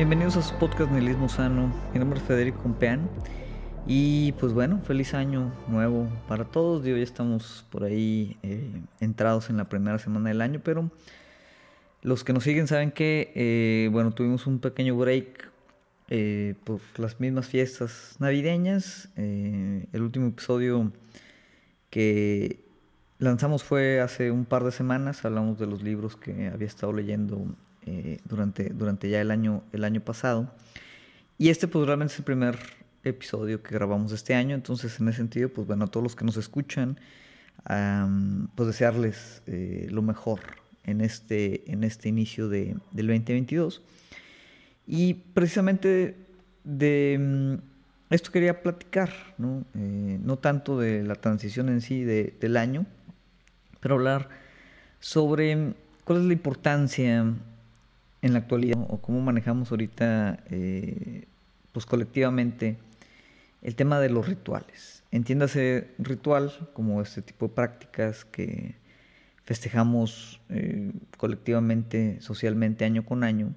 Bienvenidos a su podcast Nihilismo Sano. Mi nombre es Federico Compeán. Y pues bueno, feliz año nuevo para todos. Ya estamos por ahí entrados en la primera semana del año, pero los que nos siguen saben que tuvimos un pequeño break por las mismas fiestas navideñas. El último episodio que lanzamos fue hace un par de semanas. Hablamos de los libros que había estado leyendo durante ya el año pasado. Y este pues realmente es el primer episodio que grabamos este año. Entonces en ese sentido, pues bueno, a todos los que nos escuchan, pues desearles lo mejor en este inicio del 2022. Y precisamente de esto quería platicar, ¿no? No tanto de la transición en sí del año, pero hablar sobre cuál es la importancia en la actualidad, ¿no? O cómo manejamos ahorita pues colectivamente el tema de los rituales. Entiéndase ritual como este tipo de prácticas que festejamos colectivamente, socialmente, año con año.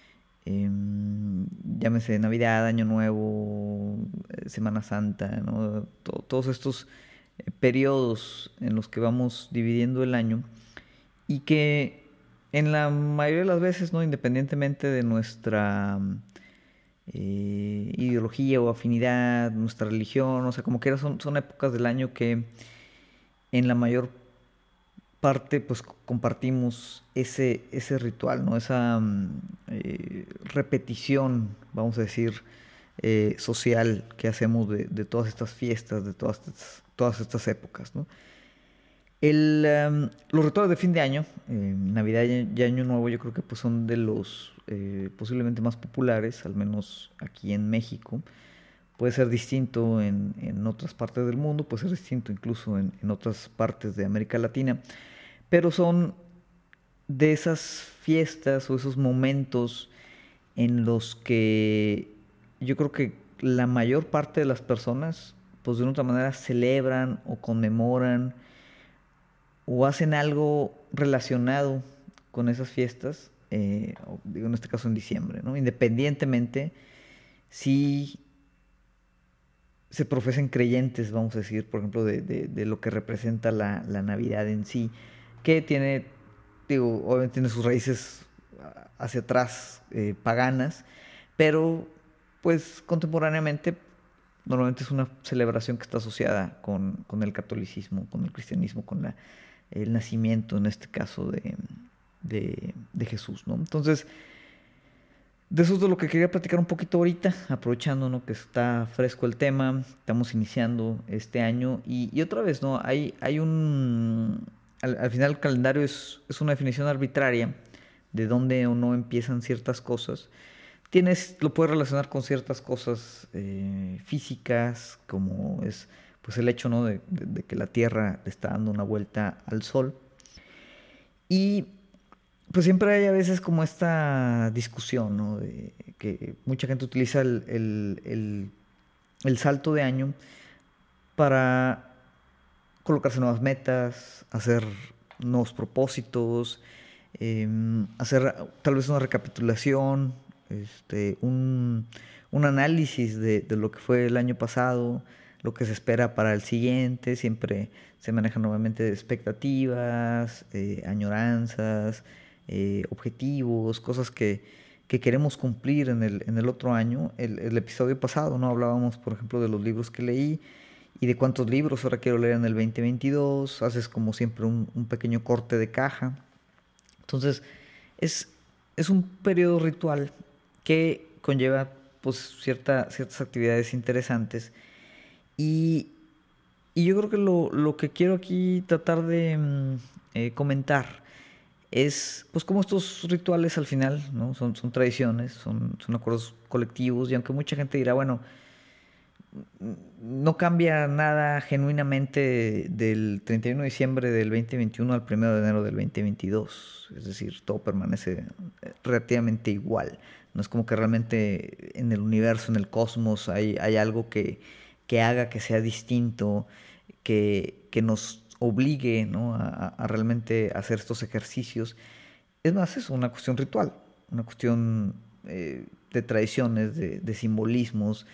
Llámese Navidad, Año Nuevo, Semana Santa, ¿no? Todos estos periodos en los que vamos dividiendo el año y que en la mayoría de las veces, ¿no? Independientemente de nuestra ideología o afinidad, nuestra religión, o sea, como que son épocas del año que en la mayor parte pues compartimos ese ritual, ¿no? Esa repetición, vamos a decir, social que hacemos de todas estas fiestas, de todas estas épocas, ¿no? Los rituales de fin de año, Navidad y Año Nuevo, yo creo que pues son de los posiblemente más populares, al menos aquí en México. Puede ser distinto en otras partes del mundo, puede ser distinto incluso en otras partes de América Latina, pero son de esas fiestas o esos momentos en los que yo creo que la mayor parte de las personas, pues de una otra manera, celebran o conmemoran o hacen algo relacionado con esas fiestas, digo en este caso en diciembre, ¿no? Independientemente si se profesen creyentes, vamos a decir, por ejemplo, de lo que representa la Navidad en sí, que tiene, digo, obviamente tiene sus raíces hacia atrás, paganas, pero pues contemporáneamente normalmente es una celebración que está asociada con el catolicismo, con el cristianismo, el nacimiento, en este caso, de Jesús, ¿no? Entonces, de eso es de lo que quería platicar un poquito ahorita, aprovechando, ¿no? Que está fresco el tema, estamos iniciando este año y otra vez, ¿no? Hay un... Al final el calendario es una definición arbitraria de dónde o no empiezan ciertas cosas. Lo puedes relacionar con ciertas cosas físicas, como es pues el hecho, ¿no? de que la Tierra le está dando una vuelta al Sol. Y pues siempre hay a veces como esta discusión, ¿no? De que mucha gente utiliza el salto de año para colocarse nuevas metas, hacer nuevos propósitos, hacer tal vez una recapitulación, un análisis de lo que fue el año pasado, lo que se espera para el siguiente. Siempre se manejan nuevamente expectativas, añoranzas, objetivos, cosas que queremos cumplir en el otro año. El episodio pasado, ¿no? Hablábamos, por ejemplo, de los libros que leí y de cuántos libros ahora quiero leer en el 2022. Haces como siempre un pequeño corte de caja. Entonces, es, es un periodo ritual que conlleva pues ciertas actividades interesantes y, y yo creo que lo que quiero aquí tratar de comentar es pues como estos rituales al final, ¿no? Son tradiciones, son acuerdos colectivos y aunque mucha gente dirá, bueno, no cambia nada genuinamente del 31 de diciembre del 2021 al 1 de enero del 2022. Es decir, todo permanece relativamente igual. No es como que realmente en el universo, en el cosmos, hay algo que haga que sea distinto, que nos obligue, ¿no? a realmente hacer estos ejercicios. Es más, es una cuestión ritual, una cuestión de tradiciones, de simbolismos.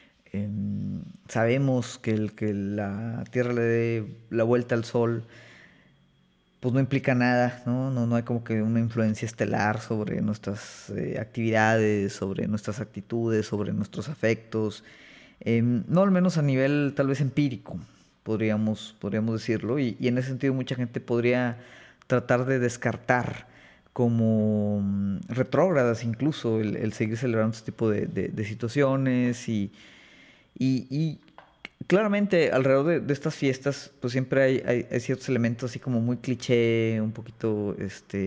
Sabemos que el que la Tierra le dé la vuelta al Sol, pues no implica nada, ¿no? No hay como que una influencia estelar sobre nuestras actividades, sobre nuestras actitudes, sobre nuestros afectos. No, al menos a nivel tal vez empírico, podríamos decirlo. Y en ese sentido mucha gente podría tratar de descartar como retrógradas incluso el seguir celebrando este tipo de situaciones y claramente alrededor de estas fiestas pues siempre hay ciertos elementos así como muy cliché, un poquito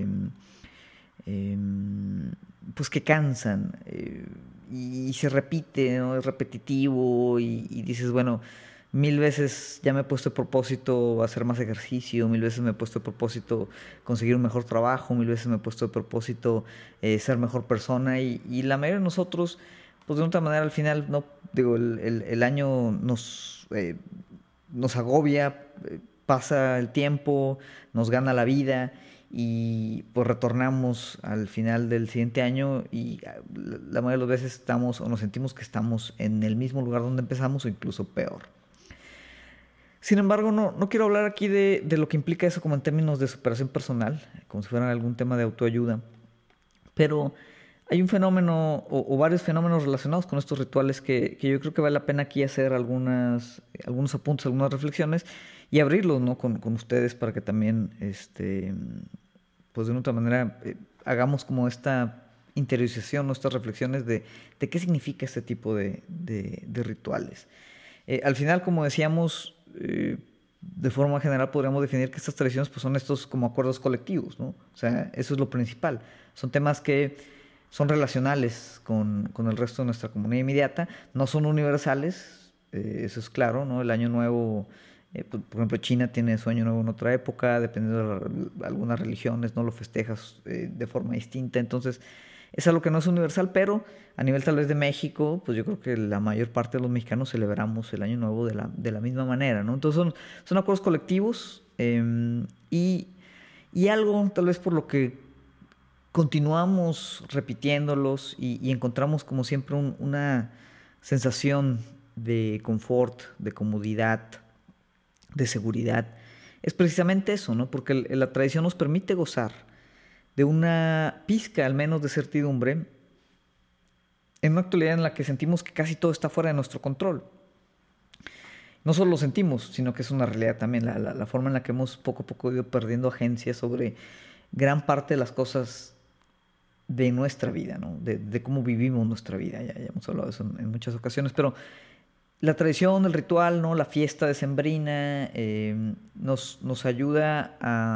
pues que cansan y se repite, ¿no? Es repetitivo y dices, bueno, mil veces ya me he puesto de propósito hacer más ejercicio, mil veces me he puesto de propósito conseguir un mejor trabajo, mil veces me he puesto de propósito ser mejor persona y la mayoría de nosotros, pues de otra manera al final, no digo, el año nos agobia, pasa el tiempo, nos gana la vida y pues retornamos al final del siguiente año y la mayoría de las veces estamos o nos sentimos que estamos en el mismo lugar donde empezamos o incluso peor. Sin embargo, no quiero hablar aquí de lo que implica eso como en términos de superación personal, como si fuera algún tema de autoayuda, pero hay un fenómeno o varios fenómenos relacionados con estos rituales que yo creo que vale la pena aquí hacer algunos apuntes, algunas reflexiones y abrirlos, ¿no? con ustedes para que también, pues de una otra manera, hagamos como esta interiorización o estas reflexiones de qué significa este tipo de rituales. Al final, como decíamos, de forma general podríamos definir que estas tradiciones pues, son estos como acuerdos colectivos, ¿no? O sea, eso es lo principal. Son temas que son relacionales con el resto de nuestra comunidad inmediata, no son universales, eso es claro, ¿no? El Año Nuevo, por ejemplo, China tiene su Año Nuevo en otra época, dependiendo de algunas religiones, no lo festejas de forma distinta, entonces es algo que no es universal, pero a nivel tal vez de México, pues yo creo que la mayor parte de los mexicanos celebramos el Año Nuevo de la misma manera, ¿no? Entonces son acuerdos colectivos y algo tal vez por lo que continuamos repitiéndolos y encontramos como siempre una sensación de confort, de comodidad, de seguridad. Es precisamente eso, ¿no? Porque la tradición nos permite gozar de una pizca al menos de certidumbre en una actualidad en la que sentimos que casi todo está fuera de nuestro control. No solo lo sentimos, sino que es una realidad también, la forma en la que hemos poco a poco ido perdiendo agencia sobre gran parte de las cosas de nuestra vida, ¿no? De cómo vivimos nuestra vida. Ya hemos hablado de eso en muchas ocasiones, pero la tradición, el ritual, ¿no? La fiesta decembrina nos ayuda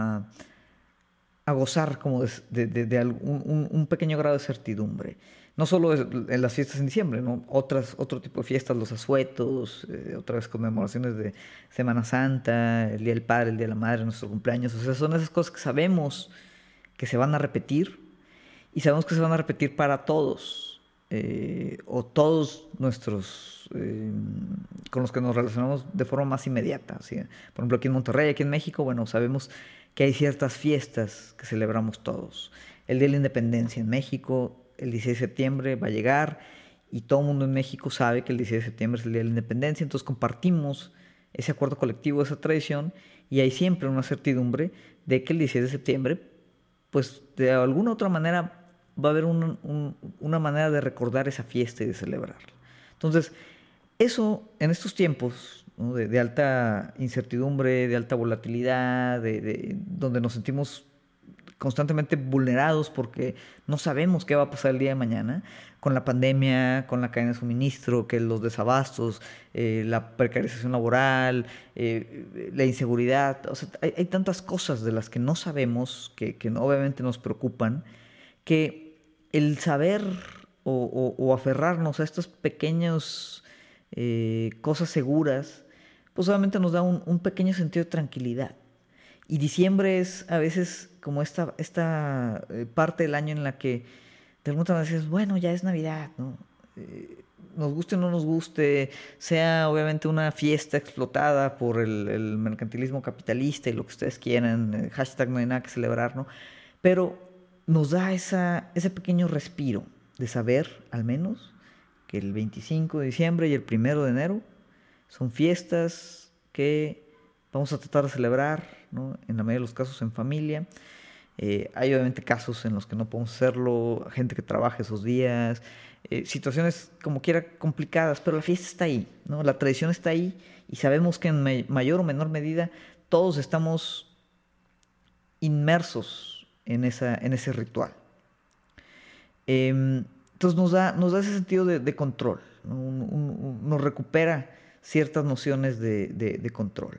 a gozar como de un pequeño grado de certidumbre. No solo en las fiestas en diciembre, ¿no? Otro tipo de fiestas, los asuetos, otras conmemoraciones de Semana Santa, el Día del Padre, el Día de la Madre, nuestro cumpleaños. O sea, son esas cosas que sabemos que se van a repetir y sabemos que se van a repetir para todos o todos nuestros con los que nos relacionamos de forma más inmediata. ¿Sí? Por ejemplo, aquí en Monterrey, aquí en México, bueno, sabemos que hay ciertas fiestas que celebramos todos. El Día de la Independencia en México, el 16 de septiembre va a llegar y todo el mundo en México sabe que el 16 de septiembre es el Día de la Independencia, entonces compartimos ese acuerdo colectivo, esa tradición y hay siempre una certidumbre de que el 16 de septiembre, pues de alguna otra manera va a haber una manera de recordar esa fiesta y de celebrarla. Entonces, eso en estos tiempos, ¿no? de alta incertidumbre, de alta volatilidad, donde nos sentimos constantemente vulnerados porque no sabemos qué va a pasar el día de mañana, con la pandemia, con la cadena de suministro, que los desabastos, la precarización laboral, la inseguridad, o sea, hay tantas cosas de las que no sabemos, que obviamente nos preocupan, que el saber o aferrarnos a estas pequeñas cosas seguras, pues obviamente nos da un pequeño sentido de tranquilidad. Y diciembre es a veces como esta parte del año en la que de alguna manera dices, bueno, ya es Navidad, ¿no? Nos guste o no nos guste, sea obviamente una fiesta explotada por el mercantilismo capitalista y lo que ustedes quieran, hashtag no hay nada que celebrar, ¿no? Pero nos da ese pequeño respiro, de saber al menos que el 25 de diciembre y el 1 de enero son fiestas que vamos a tratar de celebrar, ¿no? En la mayoría de los casos en familia. Hay obviamente casos en los que no podemos hacerlo, gente que trabaja esos días, situaciones como quiera complicadas, pero la fiesta está ahí, ¿no? La tradición está ahí y sabemos que en mayor o menor medida todos estamos inmersos en ese ritual. Entonces nos da ese sentido de control, ¿no? Nos recupera ciertas nociones de control.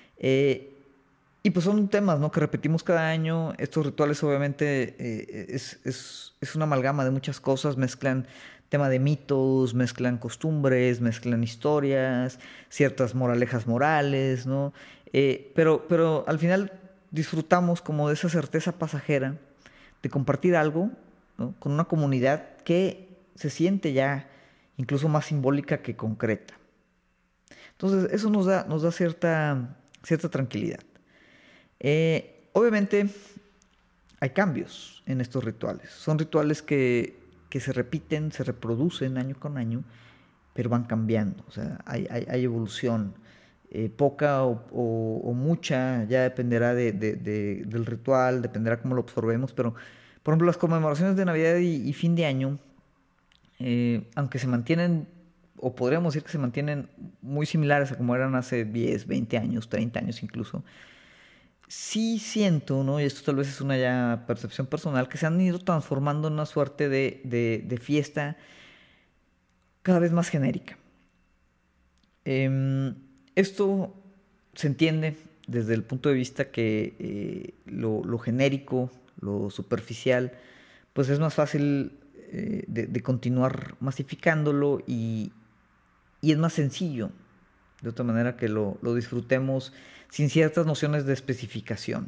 Y pues son temas, ¿no?, que repetimos cada año. Estos rituales obviamente es una amalgama de muchas cosas, mezclan tema de mitos, mezclan costumbres, mezclan historias, ciertas moralejas morales, ¿no? Pero al final disfrutamos como de esa certeza pasajera de compartir algo, ¿no?, con una comunidad que se siente ya incluso más simbólica que concreta. Entonces eso nos da cierta tranquilidad. Obviamente hay cambios en estos rituales. Son rituales que se repiten, se reproducen año con año, pero van cambiando. O sea, hay evolución. Poca o mucha, ya dependerá del ritual, dependerá cómo lo absorbemos, pero por ejemplo las conmemoraciones de Navidad y fin de año, aunque se mantienen, o podríamos decir que se mantienen muy similares a como eran hace 10, 20 años, 30 años incluso, sí siento, ¿no?, y esto tal vez es una ya percepción personal, que se han ido transformando en una suerte de fiesta cada vez más genérica. Esto se entiende desde el punto de vista que lo genérico, lo superficial, pues es más fácil de continuar masificándolo y es más sencillo, de otra manera que lo disfrutemos sin ciertas nociones de especificación.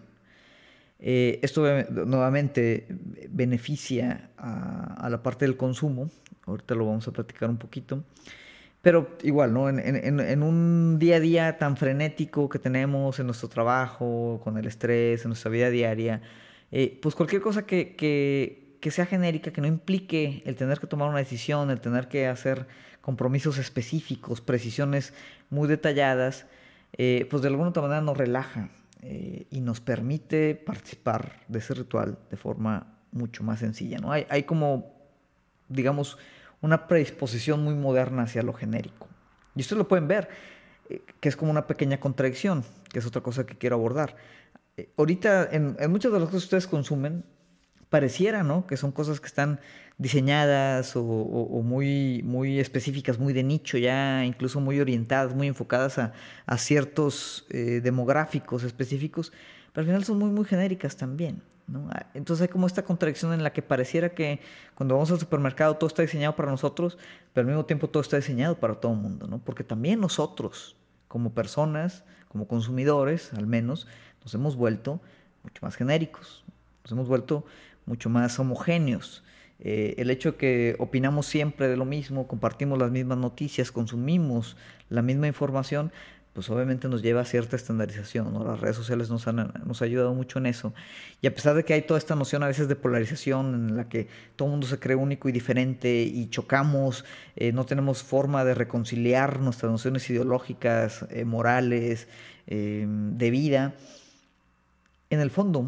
Esto nuevamente beneficia a la parte del consumo, ahorita lo vamos a platicar un poquito, pero igual, ¿no?, en un día a día tan frenético que tenemos en nuestro trabajo, con el estrés, en nuestra vida diaria, pues cualquier cosa que sea genérica, que no implique el tener que tomar una decisión, el tener que hacer compromisos específicos, precisiones muy detalladas, pues de alguna otra manera nos relaja y nos permite participar de ese ritual de forma mucho más sencilla, ¿no? Hay como, digamos, una predisposición muy moderna hacia lo genérico. Y ustedes lo pueden ver, que es como una pequeña contradicción, que es otra cosa que quiero abordar. Ahorita, en muchas de las cosas que ustedes consumen, pareciera, ¿no?, que son cosas que están diseñadas o muy específicas, muy de nicho ya, incluso muy orientadas, muy enfocadas a ciertos demográficos específicos, pero al final son muy genéricas también, ¿no? Entonces hay como esta contradicción en la que pareciera que cuando vamos al supermercado todo está diseñado para nosotros, pero al mismo tiempo todo está diseñado para todo el mundo, ¿no? Porque también nosotros, como personas, como consumidores, al menos, nos hemos vuelto mucho más genéricos, nos hemos vuelto mucho más homogéneos. El hecho de que opinamos siempre de lo mismo, compartimos las mismas noticias, consumimos la misma información, pues obviamente nos lleva a cierta estandarización, ¿no? Las redes sociales nos han ayudado mucho en eso. Y a pesar de que hay toda esta noción a veces de polarización en la que todo el mundo se cree único y diferente y chocamos, no tenemos forma de reconciliar nuestras nociones ideológicas, morales, de vida, en el fondo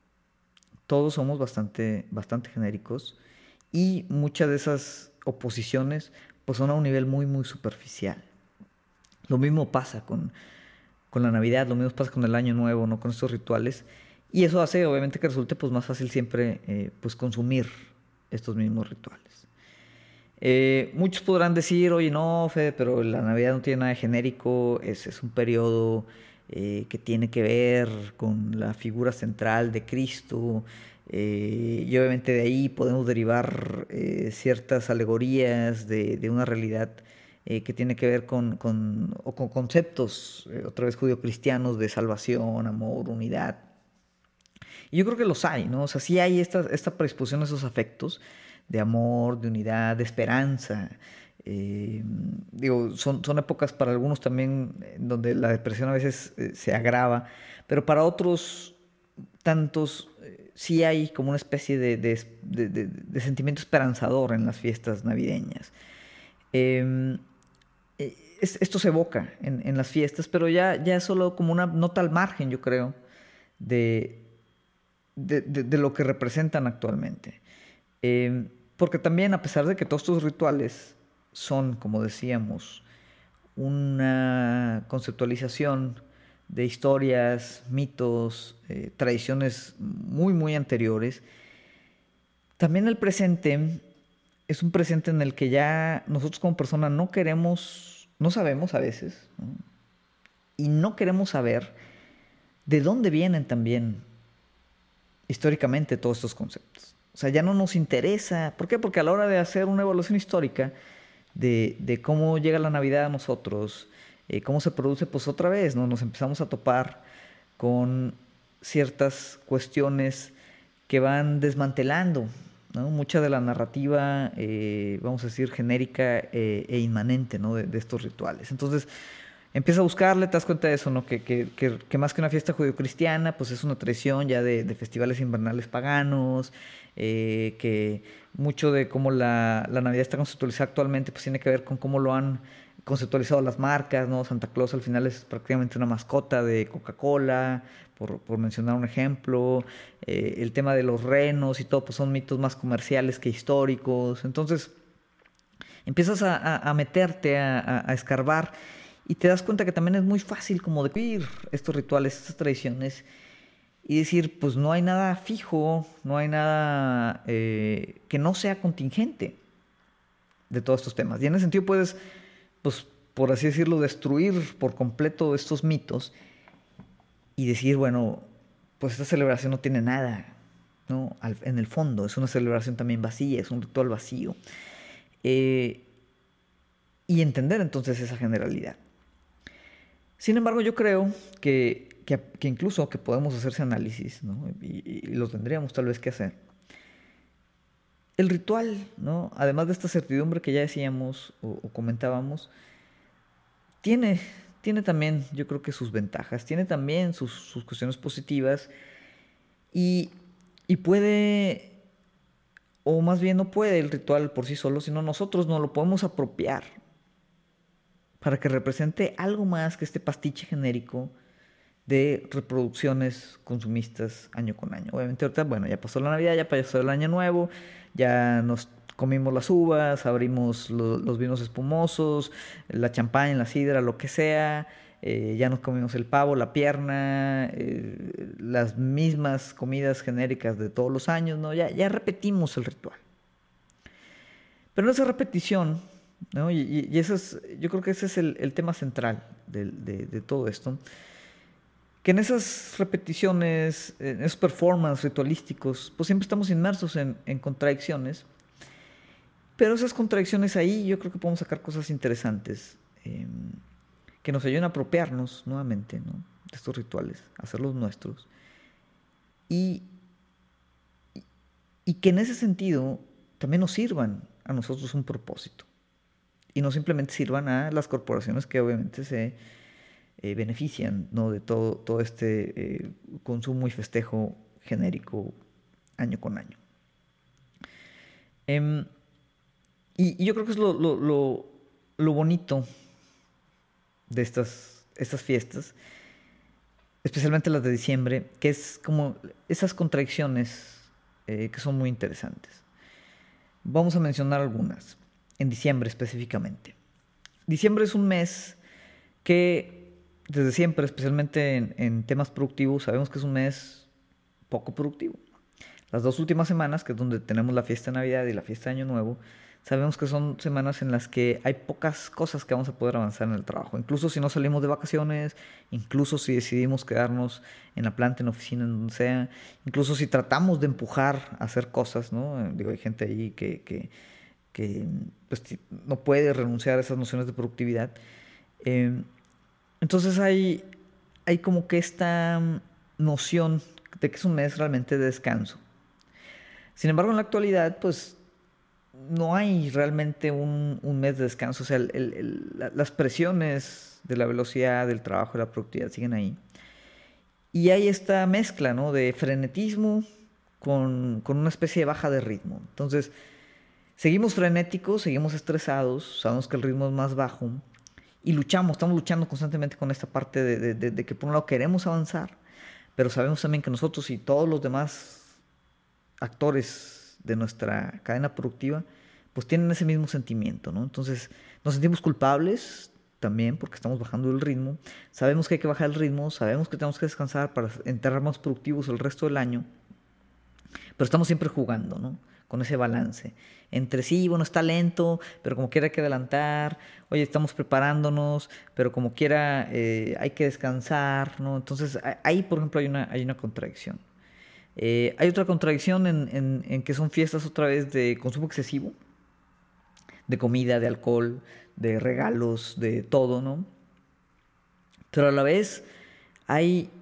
todos somos bastante genéricos y muchas de esas oposiciones pues son a un nivel muy superficial. Lo mismo pasa con la Navidad, lo mismo pasa con el Año Nuevo, ¿no?, con estos rituales, y eso hace obviamente que resulte pues más fácil siempre pues consumir estos mismos rituales. Muchos podrán decir, oye, no, Fede, pero la Navidad no tiene nada de genérico, es un periodo que tiene que ver con la figura central de Cristo, y obviamente de ahí podemos derivar ciertas alegorías de una realidad que tiene que ver con conceptos, otra vez judio-cristianos, de salvación, amor, unidad. Y yo creo que los hay, ¿no? O sea, sí hay esta predisposición a esos afectos de amor, de unidad, de esperanza. Digo, son épocas para algunos también donde la depresión a veces se agrava, pero para otros sí hay como una especie de sentimiento esperanzador en las fiestas navideñas. Eh, Esto se evoca en las fiestas, pero ya es solo como una nota al margen, yo creo, de, de lo que representan actualmente. Porque también, a pesar de que todos estos rituales son, como decíamos, una conceptualización de historias, mitos, tradiciones muy, muy anteriores, también el presente es un presente en el que ya nosotros como personas no queremos, no sabemos a veces, ¿no? Y no queremos saber de dónde vienen también históricamente todos estos conceptos. O sea, ya no nos interesa. ¿Por qué? Porque a la hora de hacer una evaluación histórica de cómo llega la Navidad a nosotros, cómo se produce, pues otra vez, ¿no? Nos empezamos a topar con ciertas cuestiones que van desmantelando, ¿no? Mucha de la narrativa, vamos a decir, genérica e inmanente, ¿no? de estos rituales. Entonces, empieza a buscarle, te das cuenta de eso, ¿no? Que más que una fiesta judio-cristiana, pues es una tradición ya de festivales invernales paganos, que mucho de cómo la Navidad está conceptualizada actualmente, pues tiene que ver con cómo lo han conceptualizado las marcas, ¿no? Santa Claus al final es prácticamente una mascota de Coca-Cola, por mencionar un ejemplo. El tema de los renos y todo, pues son mitos más comerciales que históricos. Entonces, empiezas a meterte, a escarbar, y te das cuenta que también es muy fácil como de vivir estos rituales, estas tradiciones, y decir, pues no hay nada fijo, no hay nada que no sea contingente de todos estos temas. Y en ese sentido puedes, pues por así decirlo, destruir por completo estos mitos y decir, bueno, pues esta celebración no tiene nada, ¿no? En el fondo, es una celebración también vacía, es un ritual vacío. Y entender entonces esa generalidad. Sin embargo, yo creo que incluso que podemos hacer ese análisis, ¿no? Y lo tendríamos tal vez que hacer. El ritual, ¿no? Además de esta certidumbre que ya decíamos o comentábamos, tiene, tiene también, yo creo que sus ventajas, tiene también sus cuestiones positivas y, y puede, o más bien no puede el ritual por sí solo, sino nosotros nos lo podemos apropiar para que represente algo más que este pastiche genérico de reproducciones consumistas año con año. Obviamente ahorita, bueno, ya pasó la Navidad, ya pasó el Año Nuevo, ya nos comimos las uvas, abrimos los vinos espumosos, la champaña, la sidra, lo que sea, ya nos comimos el pavo, la pierna, las mismas comidas genéricas de todos los años, ¿no? Ya repetimos el ritual. Pero en esa repetición, ¿no? Y eso es, yo creo que ese es el tema central de todo esto, que en esas repeticiones, en esos performances ritualísticos, pues siempre estamos inmersos en contradicciones, pero esas contradicciones ahí yo creo que podemos sacar cosas interesantes que nos ayuden a apropiarnos nuevamente, ¿no? De estos rituales, hacerlos nuestros, y, y que en ese sentido también nos sirvan a nosotros un propósito y no simplemente sirvan a las corporaciones que obviamente se benefician, ¿no? De todo este consumo y festejo genérico año con año. Y yo creo que es lo bonito de estas fiestas, especialmente las de diciembre, que es como esas contradicciones que son muy interesantes. Vamos a mencionar algunas, en diciembre específicamente. Diciembre es un mes que desde siempre, especialmente en temas productivos, sabemos que es un mes poco productivo. Las 2 últimas semanas, que es donde tenemos la fiesta de Navidad y la fiesta de Año Nuevo, sabemos que son semanas en las que hay pocas cosas que vamos a poder avanzar en el trabajo. Incluso si no salimos de vacaciones, incluso si decidimos quedarnos en la planta, en la oficina, en donde sea, incluso si tratamos de empujar a hacer cosas, ¿no? Digo, hay gente ahí que pues, no puede renunciar a esas nociones de productividad. Entonces hay como que esta noción de que es un mes realmente de descanso. Sin embargo, en la actualidad, pues no hay realmente un mes de descanso. O sea, las presiones de la velocidad, del trabajo, de la productividad siguen ahí. Y hay esta mezcla, ¿no? De frenetismo con una especie de baja de ritmo. Entonces, seguimos frenéticos, seguimos estresados, sabemos que el ritmo es más bajo y estamos luchando constantemente con esta parte de que por un lado queremos avanzar, pero sabemos también que nosotros y todos los demás actores de nuestra cadena productiva, pues tienen ese mismo sentimiento, ¿no? Entonces nos sentimos culpables también porque estamos bajando el ritmo, sabemos que hay que bajar el ritmo, sabemos que tenemos que descansar para entrar más productivos el resto del año, pero estamos siempre jugando, ¿no? Con ese balance. Entre sí, bueno, está lento, pero como quiera hay que adelantar. Oye, estamos preparándonos, pero como quiera hay que descansar, ¿no? Entonces, ahí, por ejemplo, hay una contradicción. Hay otra contradicción en que son fiestas otra vez de consumo excesivo, de comida, de alcohol, de regalos, de todo, ¿no? Pero a la vez hay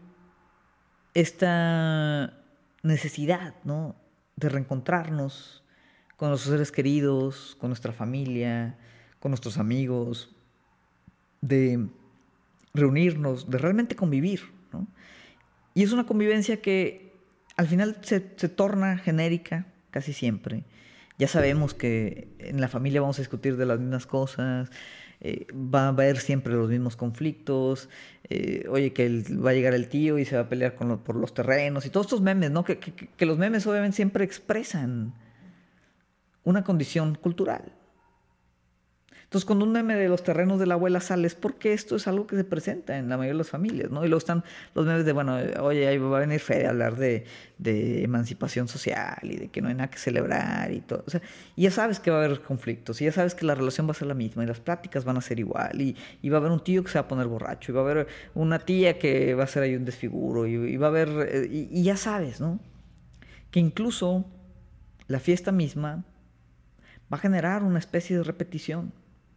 esta necesidad, ¿no? De reencontrarnos con nuestros seres queridos, con nuestra familia, con nuestros amigos, de reunirnos, de realmente convivir, ¿no? Y es una convivencia que al final se torna genérica casi siempre. Ya sabemos que en la familia vamos a discutir de las mismas cosas, va a haber siempre los mismos conflictos, oye, va a llegar el tío y se va a pelear por los terrenos y todos estos memes, ¿no? Que los memes obviamente siempre expresan una condición cultural. Entonces, cuando un meme de los terrenos de la abuela sale, es porque esto es algo que se presenta en la mayoría de las familias, ¿no? Y luego están los memes de, bueno, oye, ahí va a venir Fede a hablar de emancipación social y de que no hay nada que celebrar y todo. O sea, y ya sabes que va a haber conflictos, y ya sabes que la relación va a ser la misma, y las pláticas van a ser igual, y va a haber un tío que se va a poner borracho, y va a haber una tía que va a hacer ahí un desfiguro, y va a haber, y ya sabes, ¿no? Que incluso la fiesta misma va a generar una especie de repetición.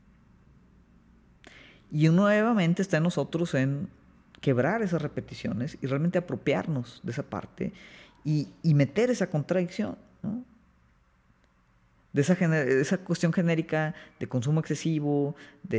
Y nuevamente está en nosotros en quebrar esas repeticiones y realmente apropiarnos de esa parte y meter esa contradicción, ¿no? De esa cuestión genérica de consumo excesivo,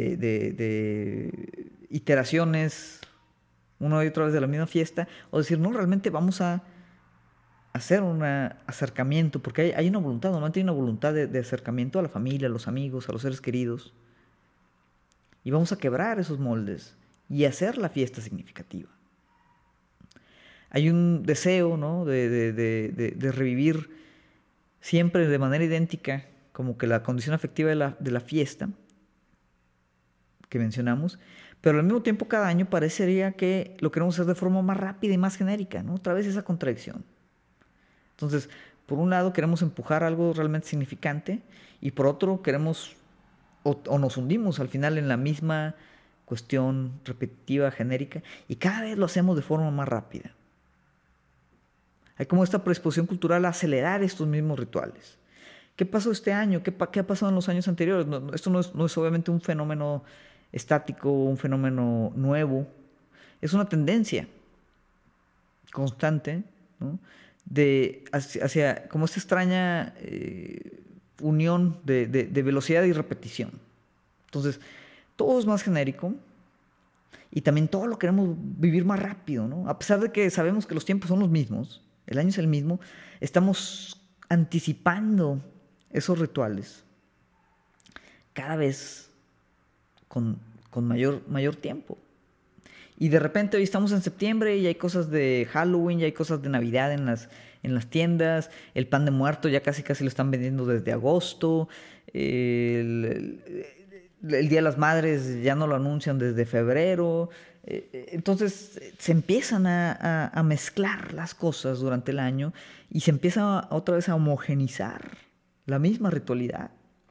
de iteraciones una y otra vez de la misma fiesta, o decir, no, realmente vamos a hacer un acercamiento, porque hay una voluntad, normalmente hay una voluntad de acercamiento a la familia, a los amigos, a los seres queridos. Y vamos a quebrar esos moldes y hacer la fiesta significativa. Hay un deseo, ¿no? de revivir siempre de manera idéntica como que la condición afectiva de la fiesta que mencionamos, pero al mismo tiempo cada año parecería que lo queremos hacer de forma más rápida y más genérica, ¿no? Otra vez esa contradicción. Entonces, por un lado queremos empujar algo realmente significante y por otro queremos o nos hundimos al final en la misma cuestión repetitiva, genérica, y cada vez lo hacemos de forma más rápida. Hay como esta predisposición cultural a acelerar estos mismos rituales. ¿Qué pasó este año? ¿Qué ha pasado en los años anteriores? Esto no es obviamente un fenómeno estático, un fenómeno nuevo. Es una tendencia constante, ¿no? Hacia como esta extraña unión de velocidad y repetición. Entonces, todo es más genérico y también todo lo queremos vivir más rápido, ¿no? A pesar de que sabemos que los tiempos son los mismos, el año es el mismo, estamos anticipando esos rituales cada vez con mayor tiempo. Y de repente hoy estamos en septiembre y hay cosas de Halloween, ya hay cosas de Navidad en las tiendas, el pan de muerto ya casi lo están vendiendo desde agosto, el Día de las Madres ya no lo anuncian desde febrero, entonces se empiezan a mezclar las cosas durante el año y se empieza otra vez a homogenizar la misma ritualidad.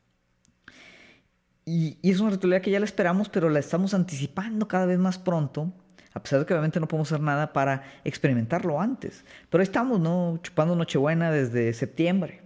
Y es una ritualidad que ya la esperamos, pero la estamos anticipando cada vez más pronto, a pesar de que obviamente no podemos hacer nada para experimentarlo antes. Pero ahí estamos, ¿no? Chupando Nochebuena desde septiembre.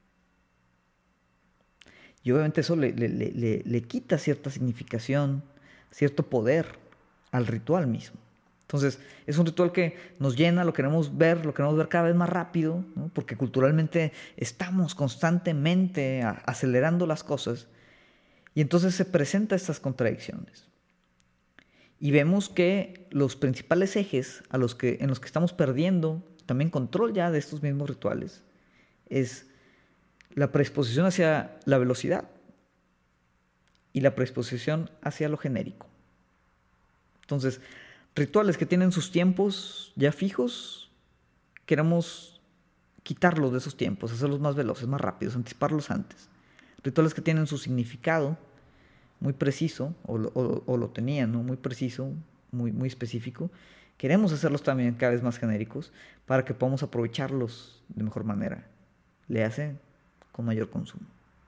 Y obviamente eso le quita cierta significación, cierto poder al ritual mismo. Entonces, es un ritual que nos llena, lo queremos ver cada vez más rápido, ¿no? Porque culturalmente estamos constantemente acelerando las cosas. Y entonces se presentan estas contradicciones. Y vemos que los principales ejes en los que estamos perdiendo también control ya de estos mismos rituales es la predisposición hacia la velocidad y la predisposición hacia lo genérico. Entonces, rituales que tienen sus tiempos ya fijos, queremos quitarlos de esos tiempos, hacerlos más veloces, más rápidos, anticiparlos antes. Rituales que tienen su significado muy preciso, o lo tenían, ¿no? Muy preciso, muy específico. Queremos hacerlos también cada vez más genéricos para que podamos aprovecharlos de mejor manera. Le hace con mayor consumo.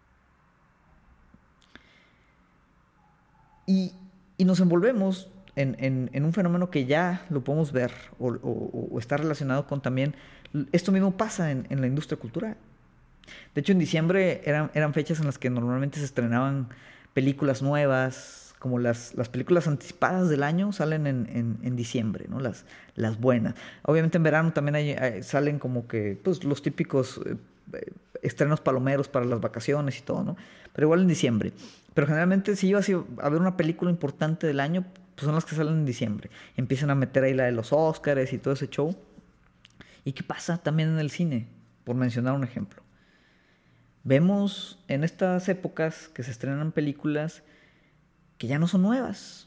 Y nos envolvemos en un fenómeno que ya lo podemos ver o está relacionado con también. Esto mismo pasa en la industria cultural. De hecho, en diciembre eran fechas en las que normalmente se estrenaban películas nuevas, como las películas anticipadas del año salen en diciembre, ¿no? Las buenas. Obviamente en verano también salen como que pues, los típicos estrenos palomeros para las vacaciones y todo, ¿no? Pero igual en diciembre. Pero generalmente si ibas a ver una película importante del año, pues son las que salen en diciembre. Empiezan a meter ahí la de los Óscares y todo ese show. ¿Y qué pasa también en el cine? Por mencionar un ejemplo. Vemos en estas épocas que se estrenan películas que ya no son nuevas.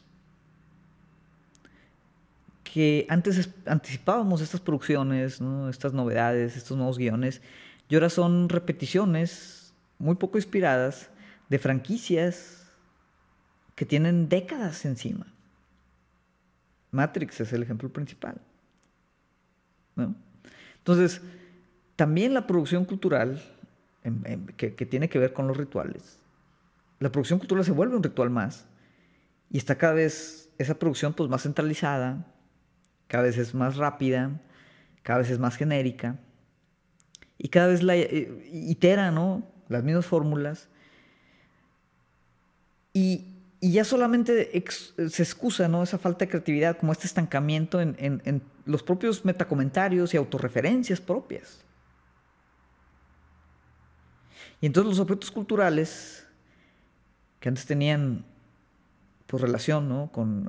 Que antes anticipábamos estas producciones, ¿no? Estas novedades, estos nuevos guiones, y ahora son repeticiones muy poco inspiradas de franquicias que tienen décadas encima. Matrix es el ejemplo principal, ¿no? Entonces, también la producción cultural que tiene que ver con los rituales. La producción cultural se vuelve un ritual más y está cada vez esa producción pues más centralizada, cada vez es más rápida, cada vez es más genérica y cada vez itera, ¿no? Las mismas fórmulas y ya solamente se excusa, ¿no? Esa falta de creatividad, como este estancamiento en los propios metacomentarios y autorreferencias propias. Y entonces los objetos culturales que antes tenían pues relación, ¿no?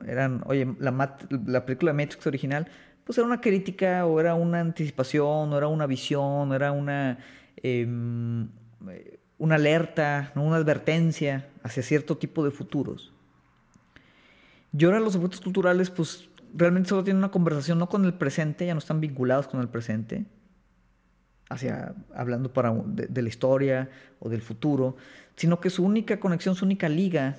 La película Matrix original, pues era una crítica o era una anticipación, o era una visión, o era una alerta, ¿no? Una advertencia hacia cierto tipo de futuros. Y ahora los objetos culturales pues realmente solo tienen una conversación no con el presente, ya no están vinculados con el presente, hablando de la historia o del futuro, sino que su única conexión, su única liga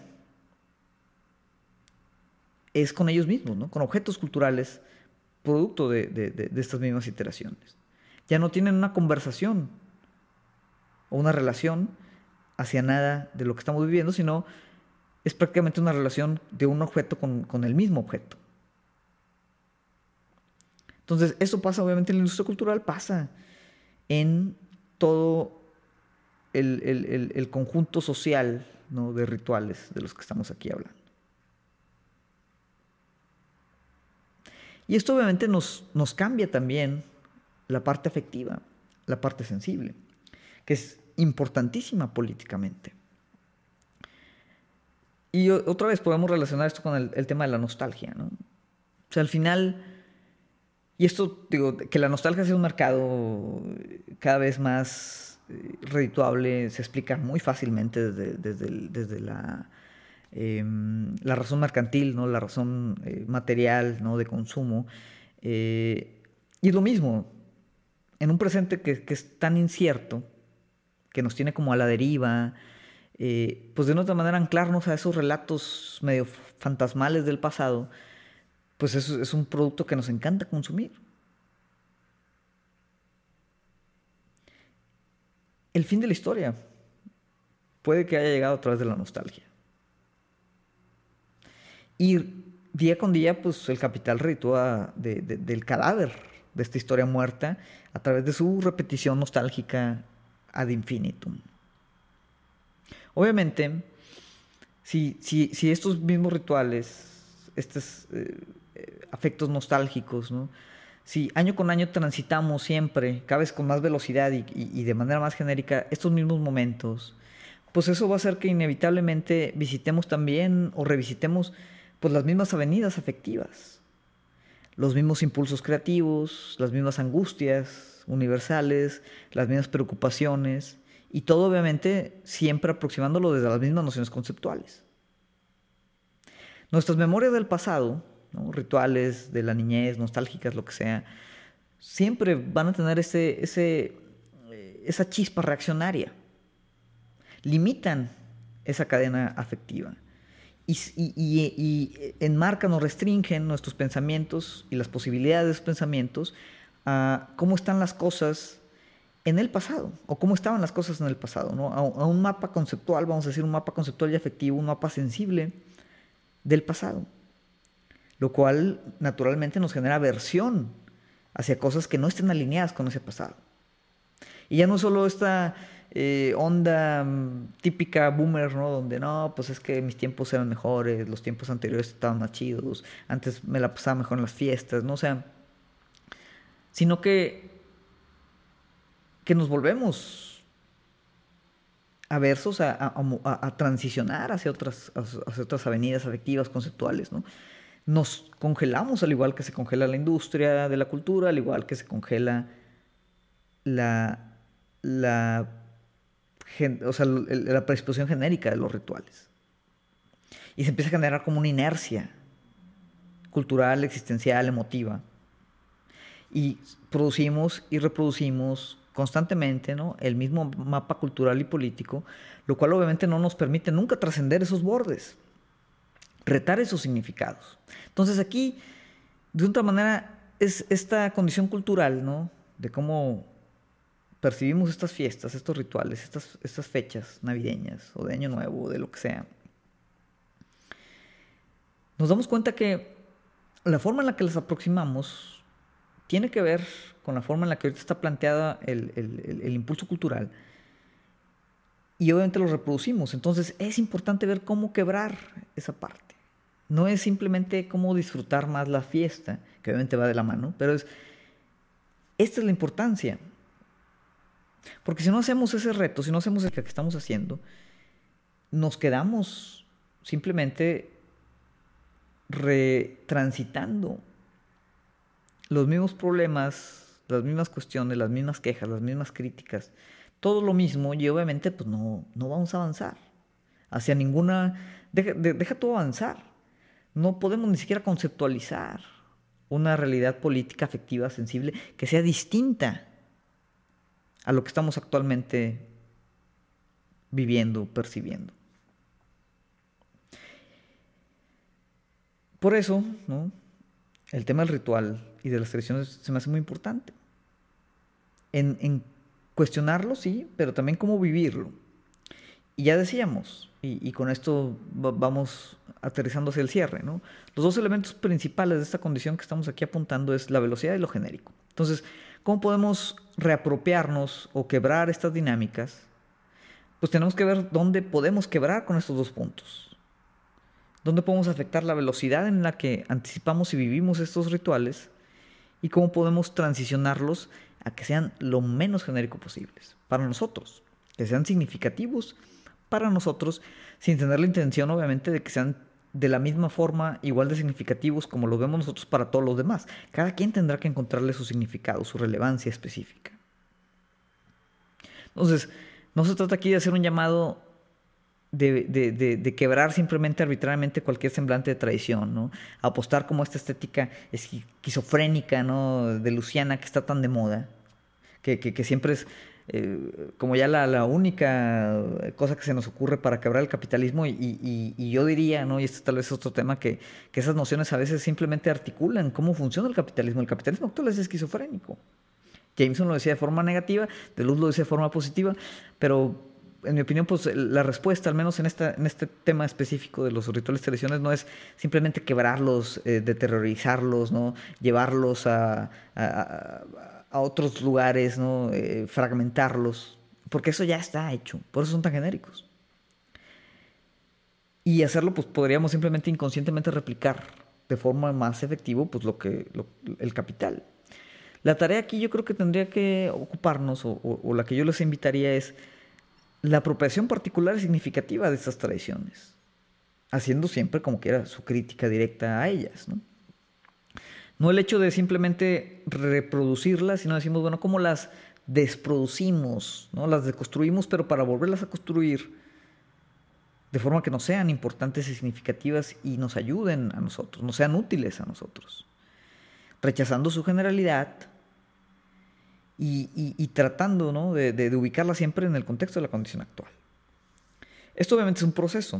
es con ellos mismos, ¿no? Con objetos culturales, producto de estas mismas iteraciones. Ya no tienen una conversación o una relación hacia nada de lo que estamos viviendo, sino es prácticamente una relación de un objeto con el mismo objeto. Entonces, eso pasa obviamente en la industria cultural, pasa en todo el conjunto social, ¿no? De rituales de los que estamos aquí hablando. Y esto obviamente nos cambia también la parte afectiva, la parte sensible, que es importantísima políticamente. Y otra vez podemos relacionar esto con el tema de la nostalgia, ¿no? O sea, al final, y esto, digo, que la nostalgia sea un mercado cada vez más redituable, se explica muy fácilmente desde la razón mercantil, ¿no? La razón material, ¿no? De consumo. Y es lo mismo, en un presente que es tan incierto, que nos tiene como a la deriva, pues de una otra manera anclarnos a esos relatos medio fantasmales del pasado, pues eso es un producto que nos encanta consumir. El fin de la historia puede que haya llegado a través de la nostalgia. Y día con día, pues el capital reditúa del cadáver de esta historia muerta a través de su repetición nostálgica ad infinitum. Obviamente, si estos mismos rituales, estos afectos nostálgicos, ¿no? Si año con año transitamos siempre, cada vez con más velocidad y de manera más genérica, estos mismos momentos, pues eso va a hacer que inevitablemente visitemos también o revisitemos pues las mismas avenidas afectivas, los mismos impulsos creativos, las mismas angustias universales, las mismas preocupaciones, y todo obviamente siempre aproximándolo desde las mismas nociones conceptuales. Nuestras memorias del pasado, ¿no? Rituales de la niñez, nostálgicas, lo que sea, siempre van a tener esa chispa reaccionaria. Limitan esa cadena afectiva y enmarcan o restringen nuestros pensamientos y las posibilidades de esos pensamientos a cómo están las cosas en el pasado, o cómo estaban las cosas en el pasado, ¿no? A un mapa conceptual, vamos a decir, un mapa conceptual y afectivo, un mapa sensible del pasado, lo cual naturalmente nos genera aversión hacia cosas que no estén alineadas con ese pasado. Y ya no solo esta onda típica boomer, ¿no? Donde no, pues es que mis tiempos eran mejores, los tiempos anteriores estaban más chidos, antes me la pasaba mejor en las fiestas, ¿no? O sea, sino que nos volvemos aversos a transicionar hacia otras avenidas afectivas, conceptuales, ¿no? Nos congelamos, al igual que se congela la industria de la cultura, al igual que se congela la predisposición genérica de los rituales. Y se empieza a generar como una inercia cultural, existencial, emotiva. Y producimos y reproducimos constantemente, ¿no? El mismo mapa cultural y político, lo cual obviamente no nos permite nunca trascender esos bordes, retar esos significados. Entonces aquí, de otra manera, es esta condición cultural, ¿no? De cómo percibimos estas fiestas, estos rituales, estas fechas navideñas o de Año Nuevo o de lo que sea. Nos damos cuenta que la forma en la que las aproximamos tiene que ver con la forma en la que ahorita está planteada el impulso cultural, y obviamente lo reproducimos. Entonces es importante ver cómo quebrar esa parte. No es simplemente cómo disfrutar más la fiesta, que obviamente va de la mano, pero esta es la importancia. Porque si no hacemos ese reto, si no hacemos el que estamos haciendo, nos quedamos simplemente retransitando los mismos problemas, las mismas cuestiones, las mismas quejas, las mismas críticas, todo lo mismo, y obviamente pues no vamos a avanzar hacia ninguna... Deja todo avanzar. No podemos ni siquiera conceptualizar una realidad política, afectiva, sensible, que sea distinta a lo que estamos actualmente viviendo, percibiendo. Por eso, ¿no? El tema del ritual y de las tradiciones se me hace muy importante. En cuestionarlo, sí, pero también cómo vivirlo. Y ya decíamos, y con esto vamos aterrizando hacia el cierre, ¿no? Los dos elementos principales de esta condición que estamos aquí apuntando es la velocidad y lo genérico. Entonces, ¿cómo podemos reapropiarnos o quebrar estas dinámicas? Pues tenemos que ver dónde podemos quebrar con estos dos puntos. Dónde podemos afectar la velocidad en la que anticipamos y vivimos estos rituales, y cómo podemos transicionarlos a que sean lo menos genérico posibles para nosotros, que sean significativos para nosotros, sin tener la intención obviamente de que sean de la misma forma igual de significativos como los vemos nosotros para todos los demás. Cada quien tendrá que encontrarle su significado, su relevancia específica. Entonces, no se trata aquí de hacer un llamado de quebrar simplemente arbitrariamente cualquier semblante de tradición, ¿no? Apostar como esta estética esquizofrénica, ¿no? De Luciana, que está tan de moda, que siempre es como ya la única cosa que se nos ocurre para quebrar el capitalismo, y yo diría, ¿no? Y este tal vez es otro tema, que esas nociones a veces simplemente articulan cómo funciona el capitalismo. El capitalismo actual es esquizofrénico. Jameson lo decía de forma negativa, Deleuze lo decía de forma positiva, pero en mi opinión, pues la respuesta, al menos en este tema específico de los rituales y tradiciones, no es simplemente quebrarlos, deteriorizarlos, ¿no? Llevarlos a otros lugares, ¿no? Fragmentarlos, porque eso ya está hecho, por eso son tan genéricos. Y hacerlo, pues podríamos simplemente inconscientemente replicar de forma más efectiva pues, el capital. La tarea aquí yo creo que tendría que ocuparnos, o la que yo les invitaría, es la apropiación particular y significativa de estas tradiciones. haciendo siempre como quiera su crítica directa a ellas, ¿no? No el hecho de simplemente reproducirlas, sino decimos, bueno, ¿cómo las desproducimos, ¿no? Las deconstruimos, pero para volverlas a construir de forma que no sean importantes y significativas y nos ayuden a nosotros, no sean útiles a nosotros, rechazando su generalidad y tratando, ¿no? de ubicarla siempre en el contexto de la condición actual. Esto obviamente es un proceso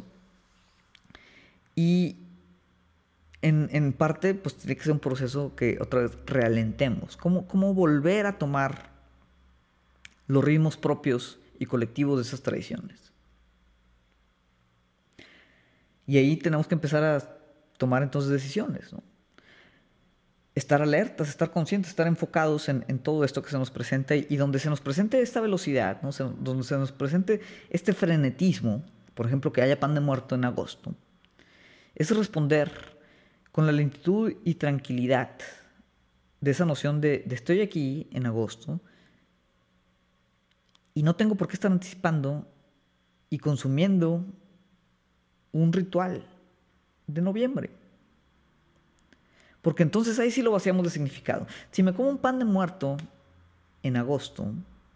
y en parte pues tiene que ser un proceso que otra vez realentemos. ¿Cómo volver a tomar los ritmos propios y colectivos de esas tradiciones? Y ahí tenemos que empezar a tomar entonces decisiones, ¿no? Estar alertas, estar conscientes, estar enfocados en todo esto que se nos presenta y donde se nos presente esta velocidad, ¿no? Donde se nos presente este frenetismo, por ejemplo, que haya pan de muerto en agosto, es responder con la lentitud y tranquilidad de esa noción de estoy aquí en agosto y no tengo por qué estar anticipando y consumiendo un ritual de noviembre. Porque entonces ahí sí lo vaciamos de significado. Si me como un pan de muerto en agosto,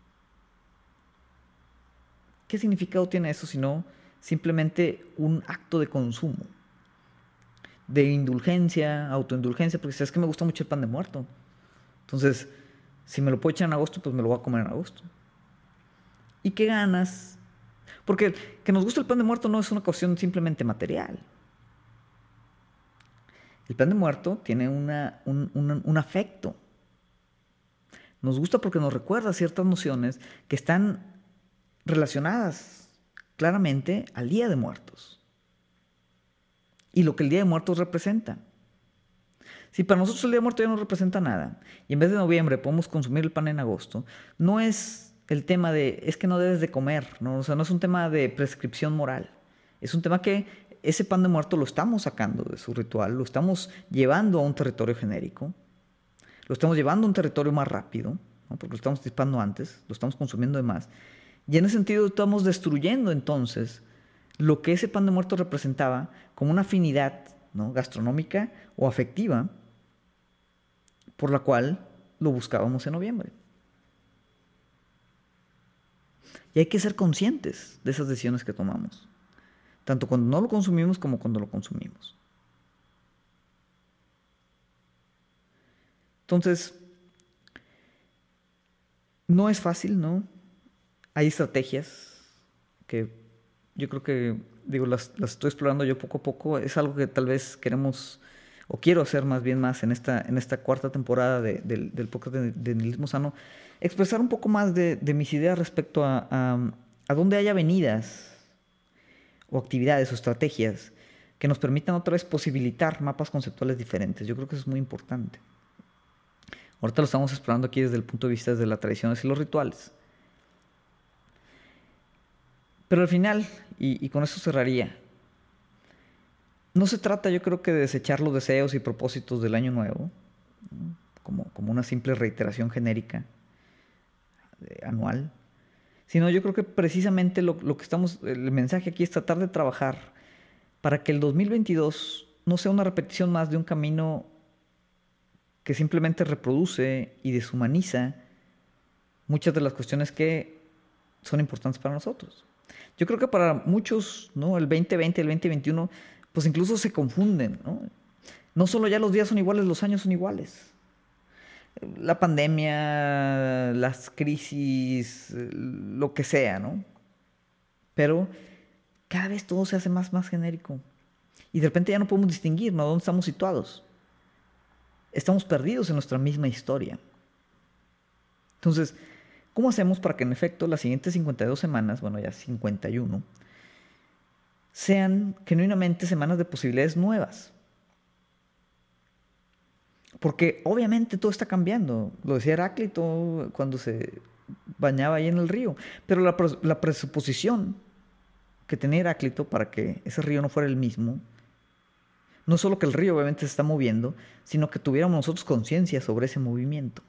¿qué significado tiene eso sino simplemente un acto de consumo? De indulgencia, autoindulgencia, porque sabes que me gusta mucho el pan de muerto. Entonces, si me lo puedo echar en agosto, pues me lo voy a comer en agosto. ¿Y qué ganas? Porque que nos guste el pan de muerto no es una cuestión simplemente material. El pan de muerto tiene un afecto. Nos gusta porque nos recuerda ciertas nociones que están relacionadas claramente al Día de Muertos y lo que el Día de Muertos representa. Si para nosotros el Día de Muertos ya no representa nada y en vez de noviembre podemos consumir el pan en agosto, no es el tema de es que no debes de comer, ¿no? O sea, no es un tema de prescripción moral. Es un tema que ese pan de muerto lo estamos sacando de su ritual, lo estamos llevando a un territorio genérico, lo estamos llevando a un territorio más rápido, ¿no? Porque lo estamos disparando antes, lo estamos consumiendo de más. Y en ese sentido estamos destruyendo entonces lo que ese pan de muerto representaba como una afinidad, ¿no? Gastronómica o afectiva por la cual lo buscábamos en noviembre. Y hay que ser conscientes de esas decisiones que tomamos, tanto cuando no lo consumimos como cuando lo consumimos. Entonces, no es fácil, ¿no? Hay estrategias que yo creo que, digo, las estoy explorando yo poco a poco. Es algo que tal vez queremos, o quiero hacer más bien más en esta cuarta temporada del podcast de Nihilismo Sano, expresar un poco más de mis ideas respecto a dónde hay avenidas o actividades o estrategias que nos permitan otra vez posibilitar mapas conceptuales diferentes. Yo creo que eso es muy importante. Ahorita lo estamos explorando aquí desde el punto de vista de las tradiciones y los rituales. Pero al final, y con eso cerraría, no se trata, yo creo que de desechar los deseos y propósitos del año nuevo, ¿no? como una simple reiteración genérica anual, sino yo creo que precisamente lo que el mensaje aquí es tratar de trabajar para que el 2022 no sea una repetición más de un camino que simplemente reproduce y deshumaniza muchas de las cuestiones que son importantes para nosotros. Yo creo que para muchos, ¿no? El 2020, el 2021, pues incluso se confunden, ¿no? No solo ya los días son iguales, los años son iguales. La pandemia, las crisis, lo que sea, ¿no? Pero cada vez todo se hace más genérico. Y de repente ya no podemos distinguir, ¿no? ¿Dónde estamos situados? Estamos perdidos en nuestra misma historia. Entonces, ¿cómo hacemos para que en efecto las siguientes 52 semanas, bueno ya 51, sean genuinamente semanas de posibilidades nuevas? Porque obviamente todo está cambiando. Lo decía Heráclito cuando se bañaba ahí en el río. Pero la presuposición que tenía Heráclito para que ese río no fuera el mismo, no solo que el río obviamente se está moviendo, sino que tuviéramos nosotros conciencia sobre ese movimiento.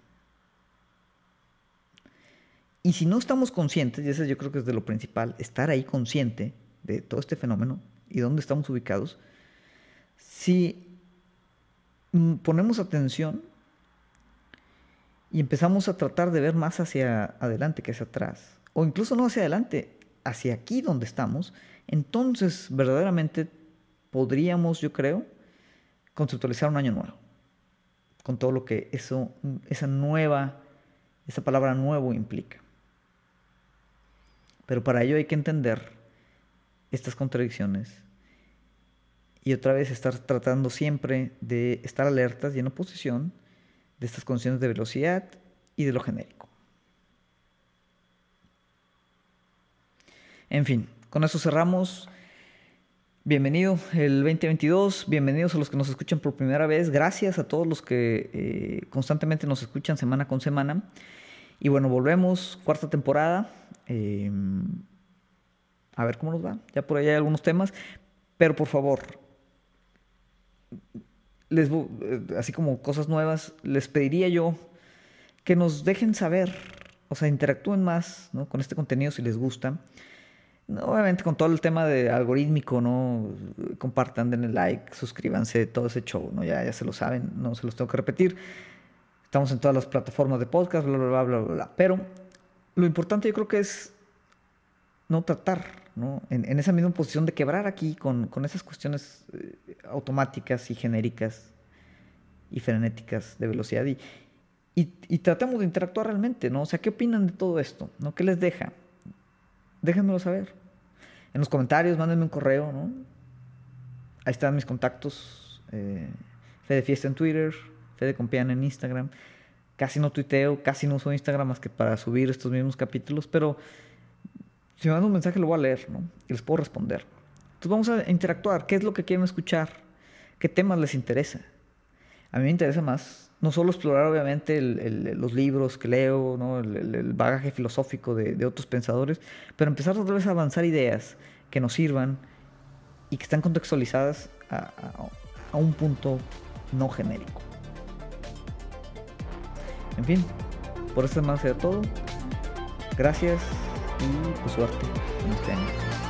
Y si no estamos conscientes, y eso yo creo que es de lo principal, estar ahí consciente de todo este fenómeno, y dónde estamos ubicados, si ponemos atención y empezamos a tratar de ver más hacia adelante que hacia atrás, o incluso no hacia adelante, hacia aquí donde estamos, entonces verdaderamente podríamos, yo creo, conceptualizar un año nuevo, con todo lo que esa palabra nuevo implica. Pero para ello hay que entender estas contradicciones y otra vez estar tratando siempre de estar alertas y en oposición de estas condiciones de velocidad y de lo genérico. En fin, con eso cerramos. Bienvenido el 2022, bienvenidos a los que nos escuchan por primera vez, gracias a todos los que constantemente nos escuchan semana con semana. Y bueno, volvemos, cuarta temporada, a ver cómo nos va, ya por ahí hay algunos temas, pero por favor, así como cosas nuevas, les pediría yo que nos dejen saber, o sea, interactúen más, ¿no?, con este contenido si les gusta. Obviamente con todo el tema de algorítmico, ¿no? Compartan, denle like, suscríbanse, todo ese show, ¿no? Ya se lo saben, no se los tengo que repetir. Estamos en todas las plataformas de podcast, bla, bla, bla, bla, bla, bla. Pero lo importante yo creo que es no tratar, ¿no?, en esa misma posición de quebrar aquí con esas cuestiones automáticas y genéricas y frenéticas de velocidad y tratemos de interactuar realmente, ¿no? O sea, ¿qué opinan de todo esto? ¿No? ¿Qué les deja? Déjenmelo saber. En los comentarios, mándenme un correo, ¿no? Ahí están mis contactos. Fede Fiesta en Twitter, Fede Compián en Instagram. Casi no tuiteo, casi no uso Instagram más que para subir estos mismos capítulos, pero si me mandan un mensaje lo voy a leer, ¿no? Y les puedo responder. Entonces vamos a interactuar. ¿Qué es lo que quieren escuchar? ¿Qué temas les interesa? A mí me interesa más no solo explorar obviamente los libros que leo, ¿no?, el bagaje filosófico de otros pensadores, pero empezar otra vez a avanzar ideas que nos sirvan y que están contextualizadas a un punto no genérico. En fin, por esta semana será todo. Gracias y pues suerte en este año.